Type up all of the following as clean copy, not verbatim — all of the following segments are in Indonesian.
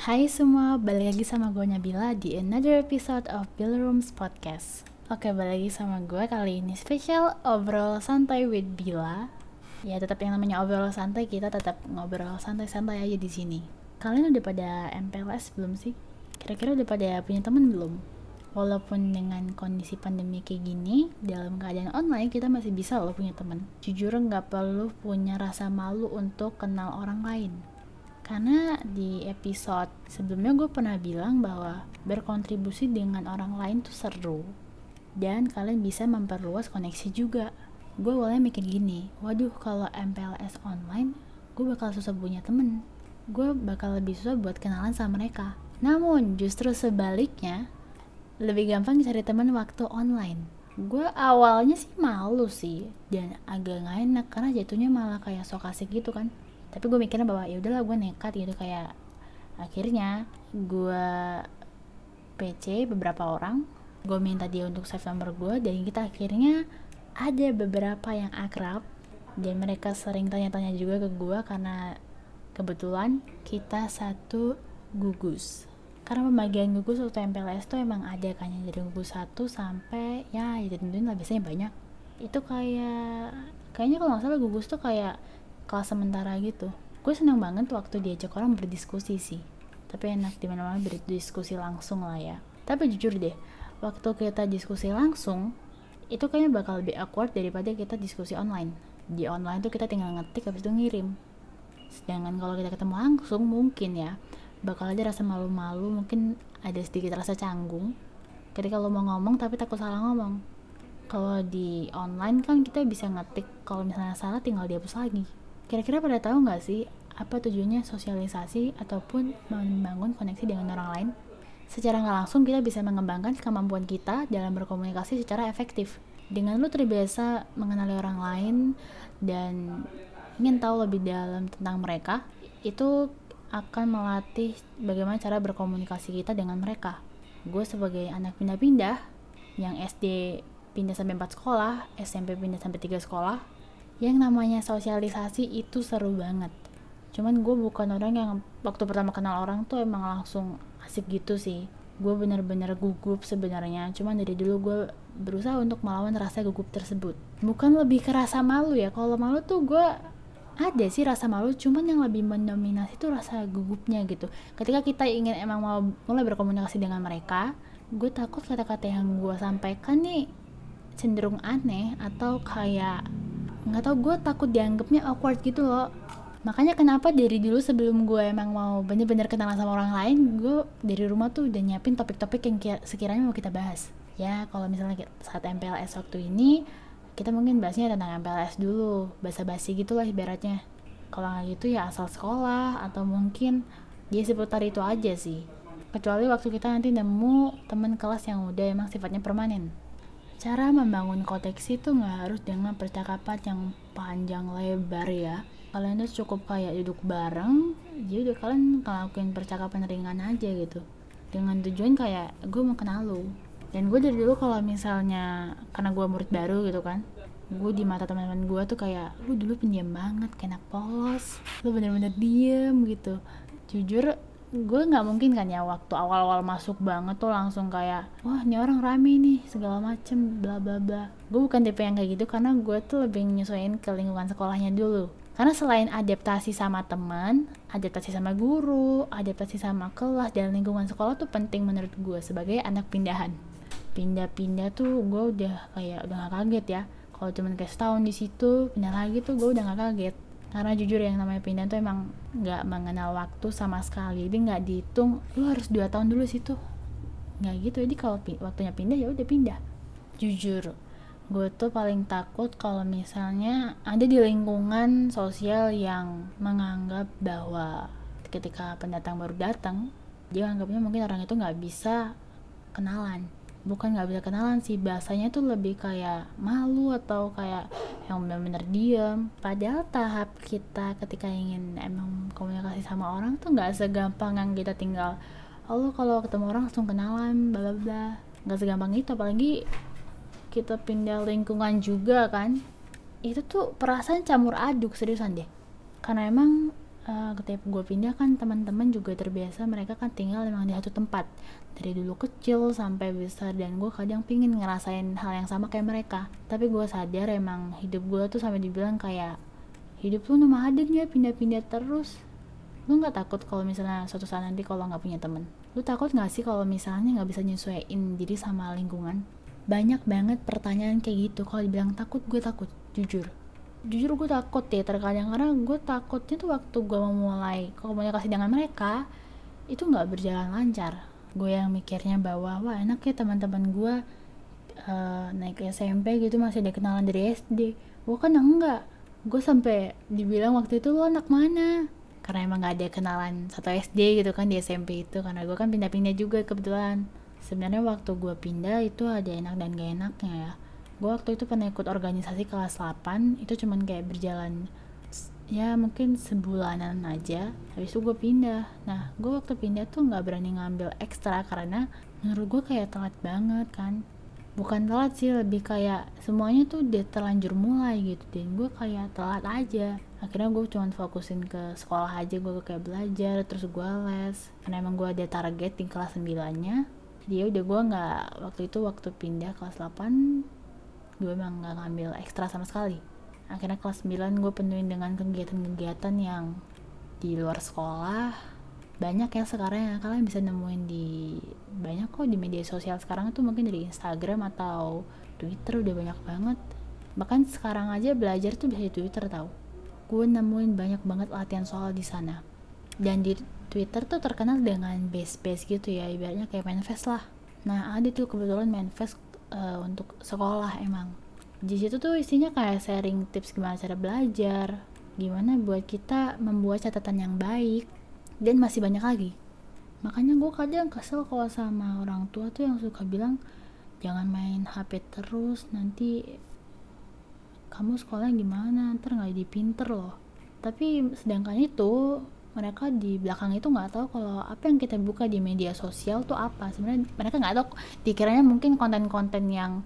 Hai semua, balik lagi sama gue Nabila di another episode of Billroom's Podcast. Oke, balik lagi sama gue kali ini spesial obrol santai with Bila. Ya tetap yang namanya obrol santai, kita tetap ngobrol santai-santai aja di sini. Kalian udah pada MPLS belum sih? Kira-kira udah pada punya teman belum? Walaupun dengan kondisi pandemi kayak gini, dalam keadaan online kita masih bisa loh punya teman. Jujur nggak perlu punya rasa malu untuk kenal orang lain. Karena di episode sebelumnya gue pernah bilang bahwa berkontribusi dengan orang lain tuh seru. Dan kalian bisa memperluas koneksi juga. Gue awalnya mikir gini, waduh kalau MPLS online, gue bakal susah punya temen. Gue bakal lebih susah buat kenalan sama mereka. Namun justru sebaliknya, lebih gampang cari teman waktu online. Gue awalnya sih malu sih, dan agak gak enak karena jatuhnya malah kayak sok asik gitu kan. Tapi gue mikirnya bahwa ya udahlah gue nekat gitu, kayak akhirnya gue PC beberapa orang, gue minta dia untuk save nomor gue, dan kita akhirnya ada beberapa yang akrab dan mereka sering tanya-tanya juga ke gue karena kebetulan kita satu gugus. Karena pembagian gugus waktu MPLS tuh emang ada kan yang dari gugus 1 sampai ya ditentuin lah, biasanya banyak. Itu kayaknya kalau gak salah gugus tuh kayak kelas sementara gitu. Gue seneng banget waktu diajak orang berdiskusi sih. Tapi enak dimana-mana berdiskusi langsung lah ya. Tapi jujur deh, waktu kita diskusi langsung, itu kayaknya bakal lebih awkward daripada kita diskusi online. Di online tuh kita tinggal ngetik habis itu ngirim. Sedangkan kalau kita ketemu langsung mungkin ya bakal ada rasa malu-malu, mungkin ada sedikit rasa canggung ketika lo mau ngomong tapi takut salah ngomong. Kalau di online kan kita bisa ngetik, kalau misalnya salah tinggal dihapus lagi. Kira-kira pada tahu nggak sih apa tujuannya sosialisasi ataupun membangun koneksi dengan orang lain? Secara nggak langsung kita bisa mengembangkan kemampuan kita dalam berkomunikasi secara efektif. Dengan lu terbiasa mengenali orang lain dan ingin tahu lebih dalam tentang mereka, itu akan melatih bagaimana cara berkomunikasi kita dengan mereka. Gue sebagai anak pindah-pindah yang SD pindah sampai 4 sekolah, SMP pindah sampai 3 sekolah, yang namanya sosialisasi itu seru banget. Cuman gue bukan orang yang waktu pertama kenal orang tuh emang langsung asik gitu sih. Gue bener-bener gugup sebenarnya. Cuman dari dulu gue berusaha untuk melawan rasa gugup tersebut. Bukan lebih ke rasa malu ya. Kalau malu tuh gue ada sih rasa malu, cuman yang lebih mendominasi tuh rasa gugupnya gitu. Ketika kita ingin emang mau mulai berkomunikasi dengan mereka, gue takut kata-kata yang gue sampaikan nih cenderung aneh atau kayak nggak tau, gue takut dianggapnya awkward gitu loh. Makanya kenapa dari dulu sebelum gue emang mau bener-bener kenalan sama orang lain, gue dari rumah tuh udah nyiapin topik-topik yang sekiranya mau kita bahas. Ya kalau misalnya saat MPLS waktu ini, kita mungkin bahasnya tentang MPLS dulu, basa-basi gitu lah ibaratnya. Kalau nggak gitu ya asal sekolah, atau mungkin dia seputar itu aja sih. Kecuali waktu kita nanti nemu teman kelas yang udah emang sifatnya permanen. Cara membangun koneksi tuh gak harus dengan percakapan yang panjang lebar ya. Kalian tuh cukup kayak duduk bareng, jadi udah kalian ngelakuin percakapan ringan aja gitu, dengan tujuan kayak gue mau kenal lu. Dan gue dari dulu kalau misalnya, karena gue murid baru gitu kan, gue di mata teman-teman gue tuh kayak, lu dulu pendiam banget, kayak anak polos, lu bener-bener diem gitu. Jujur gue nggak mungkin kan ya waktu awal-awal masuk banget tuh langsung kayak wah ini orang rame nih segala macem bla bla bla. Gue bukan tipe yang kayak gitu, karena gue tuh lebih nyesuaiin ke lingkungan sekolahnya dulu. Karena selain adaptasi sama teman, adaptasi sama guru, adaptasi sama kelas dan lingkungan sekolah tuh penting menurut gue sebagai anak pindahan. Pindah-pindah tuh gue udah gak kaget ya. Kalau cuman kayak setahun di situ pindah lagi tuh gue udah gak kaget. Karena jujur yang namanya pindah tuh emang gak mengenal waktu sama sekali. Jadi gak dihitung lu harus 2 tahun dulu situ, gak gitu. Jadi kalau waktunya pindah ya udah pindah. Jujur gue tuh paling takut kalau misalnya ada di lingkungan sosial yang menganggap bahwa ketika pendatang baru datang, dia anggapnya mungkin orang itu gak bisa kenalan. Bukan gak bisa kenalan sih, bahasanya tuh lebih kayak malu atau kayak yang benar-benar diem. Padahal tahap kita ketika ingin emang komunikasi sama orang tuh gak segampang yang kita tinggal kalau ketemu orang langsung kenalan bla bla bla. Gak segampang itu, apalagi kita pindah lingkungan juga kan. Itu tuh perasaan campur aduk seriusan deh. Karena emang ketika gue pindah kan teman-teman juga terbiasa, mereka kan tinggal memang di satu tempat dari dulu kecil sampai besar, dan gue kadang pingin ngerasain hal yang sama kayak mereka. Tapi gue sadar emang hidup gue tuh sampai dibilang kayak hidup lu nomaden ya, pindah-pindah terus. Lu nggak takut kalau misalnya suatu saat nanti kalau nggak punya temen? Lu takut nggak sih kalau misalnya nggak bisa nyesuaiin diri sama lingkungan? Banyak banget pertanyaan kayak gitu. Kalau dibilang takut, gue takut, jujur gue takut ya terkadang, karena gue takutnya tuh waktu gue mau mulai komunikasi dengan mereka itu nggak berjalan lancar. Gue yang mikirnya bahwa wah enak ya teman-teman gue naik SMP gitu masih ada kenalan dari SD. Gue kan enggak, gue sampai dibilang waktu itu lo anak mana, karena emang nggak ada kenalan satu SD gitu kan di SMP itu, karena gue kan pindah-pindah juga kebetulan. Sebenarnya waktu gue pindah itu ada enak dan gak enaknya ya. Gue waktu itu pernah ikut organisasi kelas 8, itu cuman kayak berjalan ya mungkin sebulanan aja, habis itu gue pindah. Nah gue waktu pindah tuh gak berani ngambil ekstra karena menurut gue kayak telat banget kan. Bukan telat sih, lebih kayak semuanya tuh udah terlanjur mulai gitu, dan gue kayak telat aja. Akhirnya gue cuman fokusin ke sekolah aja, gue kayak belajar, terus gue les karena emang gue ada target di kelas 9 nya. Jadi udah gue gak, waktu pindah kelas 8 gue emang gak ngambil ekstra sama sekali. Akhirnya kelas 9 gue penuhin dengan kegiatan-kegiatan yang di luar sekolah. Banyak ya sekarang yang kalian bisa nemuin di banyak kok di media sosial sekarang tuh, mungkin dari Instagram atau Twitter udah banyak banget. Bahkan sekarang aja belajar tuh bisa di Twitter tau. Gue nemuin banyak banget latihan soal di sana. Dan di Twitter tuh terkenal dengan base gitu ya, ibaratnya kayak Manifest lah. Nah ada tuh kebetulan Manifest untuk sekolah emang. Di situ tuh isinya kayak sharing tips gimana cara belajar, gimana buat kita membuat catatan yang baik, dan masih banyak lagi. Makanya gue kadang kesel kalau sama orang tua tuh yang suka bilang jangan main HP terus, nanti kamu sekolahnya gimana, ntar nggak jadi pinter loh. Tapi sedangkan itu mereka di belakang itu nggak tahu kalau apa yang kita buka di media sosial tuh apa. Sebenarnya mereka nggak tahu, dikiranya mungkin konten-konten yang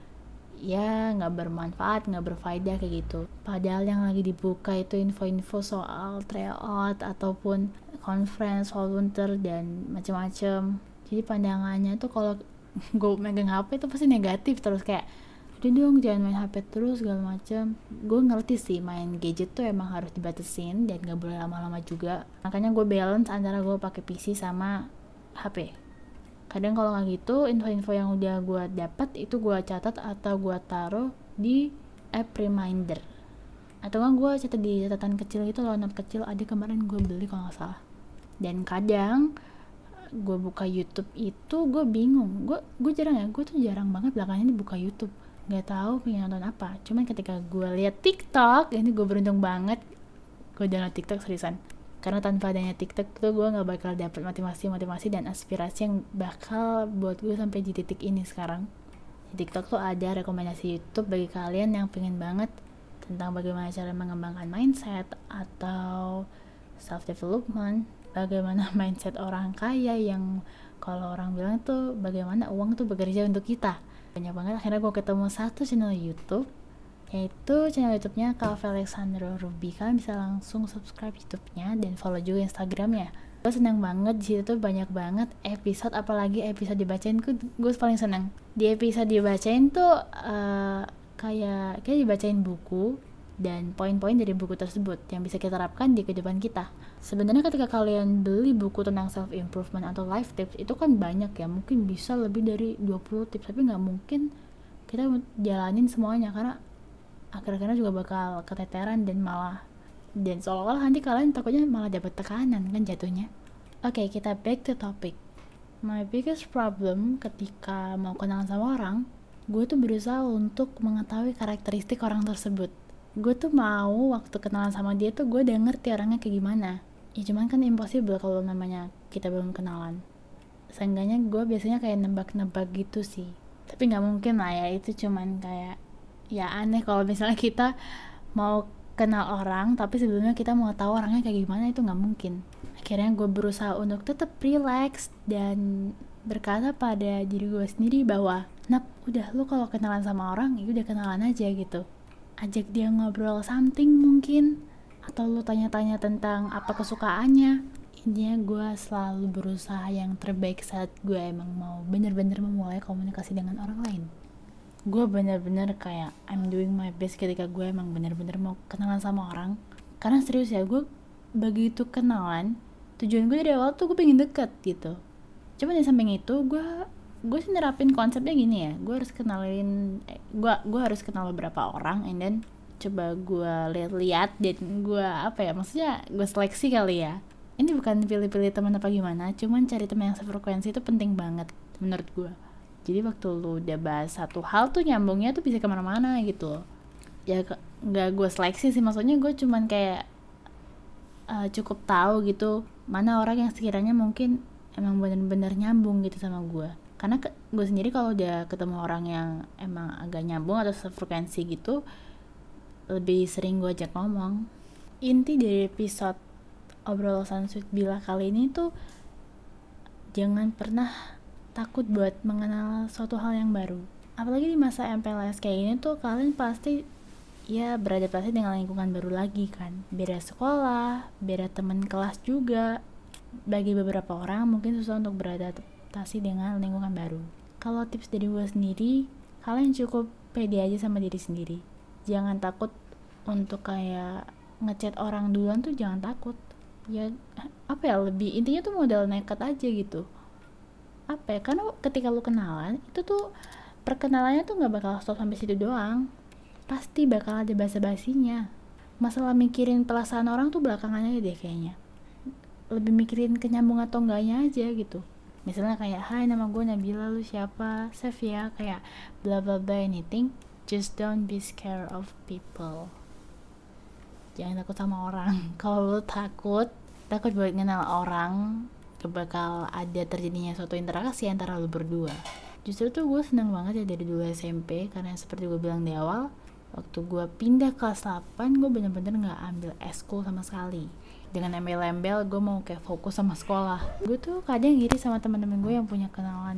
ya nggak bermanfaat, nggak berfaedah kayak gitu. Padahal yang lagi dibuka itu info-info soal tryout ataupun conference, volunteer dan macam-macam. Jadi pandangannya tuh kalau gue megang HP itu pasti negatif terus, kayak udah dong jangan main HP terus segala macam. Gue ngerti sih main gadget tuh emang harus dibatasin dan gak boleh lama-lama juga. Makanya gue balance antara gue pakai PC sama HP. Kadang kalau nggak gitu, info-info yang udah gue dapat itu gue catat atau gue taruh di app reminder, atau kan gue catat di catatan kecil gitu loh, note kecil. Ada kemarin gue beli kalau nggak salah. Dan kadang gue buka YouTube itu gue bingung, gue jarang banget belakangan ini buka YouTube. Nggak tahu pengen nonton apa. Cuman ketika gue lihat TikTok, ini gue beruntung banget gue download TikTok seriusan. Karena tanpa adanya TikTok tuh gue nggak bakal dapet motivasi dan aspirasi yang bakal buat gue sampai di titik ini sekarang. Di TikTok tuh ada rekomendasi YouTube bagi kalian yang pengen banget tentang bagaimana cara mengembangkan mindset atau self development, bagaimana mindset orang kaya yang kalau orang bilang tuh bagaimana uang tuh bekerja untuk kita. Banyak banget. Akhirnya gue ketemu satu channel YouTube, yaitu channel YouTube-nya Cafe Alexandro Ruby. Kalian bisa langsung subscribe YouTube-nya dan follow juga Instagram-nya. Gue seneng banget, di situ tuh banyak banget episode, apalagi episode dibacain gue paling seneng. Di episode dibacain tuh kayak dibacain buku dan poin-poin dari buku tersebut yang bisa kita terapkan di kehidupan kita. Sebenarnya ketika kalian beli buku tentang self improvement atau life tips itu kan banyak ya, mungkin bisa lebih dari 20 tips, tapi nggak mungkin kita jalanin semuanya karena akhir-akhirnya juga bakal keteteran dan seolah-olah nanti kalian takutnya malah dapat tekanan kan jatuhnya. Oke, kita back to topic. My biggest problem ketika mau kenalan sama orang, gue tuh berusaha untuk mengetahui karakteristik orang tersebut. Gue tuh mau waktu kenalan sama dia tuh gue udah ngerti orangnya kayak gimana. Ya cuman kan impossible kalau namanya kita belum kenalan. Seenggaknya gue biasanya kayak nebak-nebak gitu sih. Tapi gak mungkin lah ya, itu cuman kayak ya aneh kalau misalnya kita mau kenal orang tapi sebelumnya kita mau tahu orangnya kayak gimana, itu gak mungkin. Akhirnya gue berusaha untuk tetap relax dan berkata pada diri gue sendiri bahwa Nap, udah lu kalau kenalan sama orang ya udah kenalan aja gitu. Ajak dia ngobrol something mungkin, atau lu tanya-tanya tentang apa kesukaannya. Intinya gue selalu berusaha yang terbaik saat gue emang mau bener-bener memulai komunikasi dengan orang lain. Gue bener-bener kayak I'm doing my best ketika gue emang bener-bener mau kenalan sama orang. Karena serius ya, gue begitu kenalan, tujuan gue dari awal tuh gue pengen deket gitu. Cuma di samping itu gue sih nerapin konsepnya gini ya, gue harus gue harus kenal beberapa orang, and then coba gue lihat dan gue maksudnya gue seleksi kali ya. Ini bukan pilih-pilih teman apa gimana, cuman cari teman yang sefrekuensi itu penting banget menurut gue. Jadi waktu lu udah bahas satu hal tuh nyambungnya tuh bisa kemana-mana gitu. Ya nggak gue seleksi sih, maksudnya gue cuman kayak cukup tahu gitu mana orang yang sekiranya mungkin emang benar-benar nyambung gitu sama gue. Karena gue sendiri kalau udah ketemu orang yang emang agak nyambung atau sefrekuensi gitu, lebih sering gue ajak ngomong. Inti dari episode obrolan with Bila kali ini tuh jangan pernah takut buat mengenal suatu hal yang baru. Apalagi di masa MPLS kayak gini tuh kalian pasti ya beradaptasi dengan lingkungan baru lagi kan. Beda sekolah, beda teman kelas juga. Bagi beberapa orang mungkin susah untuk beradaptasi dengan lingkungan baru. Kalau tips dari gue sendiri, kalian cukup pede aja sama diri sendiri. Jangan takut untuk kayak ngechat orang duluan tuh, jangan takut. Ya lebih intinya tuh modal nekat aja gitu. Karena ketika lu kenalan itu tuh perkenalannya tuh nggak bakal stop sampai situ doang, pasti bakal ada basa-basinya. Masalah mikirin perasaan orang tuh belakangan aja deh kayaknya, lebih mikirin kenyambung atau enggaknya aja gitu. Misalnya kayak, hai nama gue Nabila, lu siapa, save ya, kayak bla bla bla anything. Just don't be scared of people. Jangan takut sama orang. Kalau lu takut buat kenal orang, bakal ada terjadinya suatu interaksi antara lu berdua. Justru tuh gue seneng banget ya dari dulu SMP, karena seperti gue bilang di awal, waktu gue pindah kelas 8, gue bener-bener gak ambil eskul sama sekali. Dengan embel-embel gue mau kayak fokus sama sekolah. Gue tuh kadang ngiri sama teman-teman gue yang punya kenalan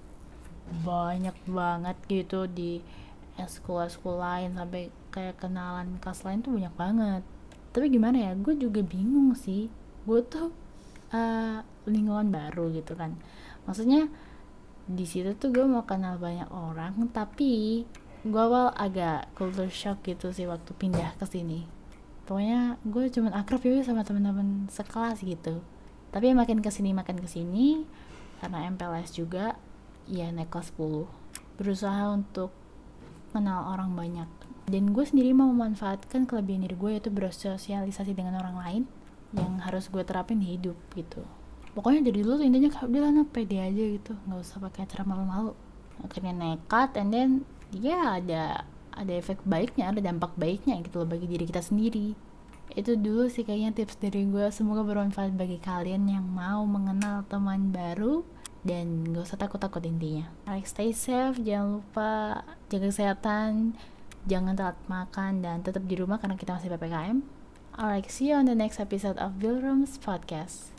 banyak banget gitu di eskul lain, sampai kayak kenalan kelas lain tuh banyak banget. Tapi gimana ya, gue juga bingung sih. Gue tuh lingkungan baru gitu kan, maksudnya di situ tuh gue mau kenal banyak orang, tapi gue awal agak culture shock gitu sih waktu pindah ke sini. Pokoknya gue cuman akrab ya sama teman-teman sekelas gitu. Tapi makin kesini karena MPLS juga, ya naik kelas 10, berusaha untuk kenal orang banyak. Dan gue sendiri mau memanfaatkan kelebihan diri gue, yaitu bersosialisasi dengan orang lain yang harus gue terapin di hidup gitu. Pokoknya dari dulu tuh intinya kayak udah pede aja gitu, nggak usah pakai cara malu-malu. Akhirnya nekat, and then ya ada efek baiknya, ada dampak baiknya gitu loh bagi diri kita sendiri. Itu dulu sih kayaknya tips dari gue, semoga bermanfaat bagi kalian yang mau mengenal teman baru, dan gak usah takut-takut intinya. Stay safe, jangan lupa jaga kesehatan, jangan telat makan, dan tetap di rumah karena kita masih PPKM. Alright, see you on the next episode of Billroom's podcast.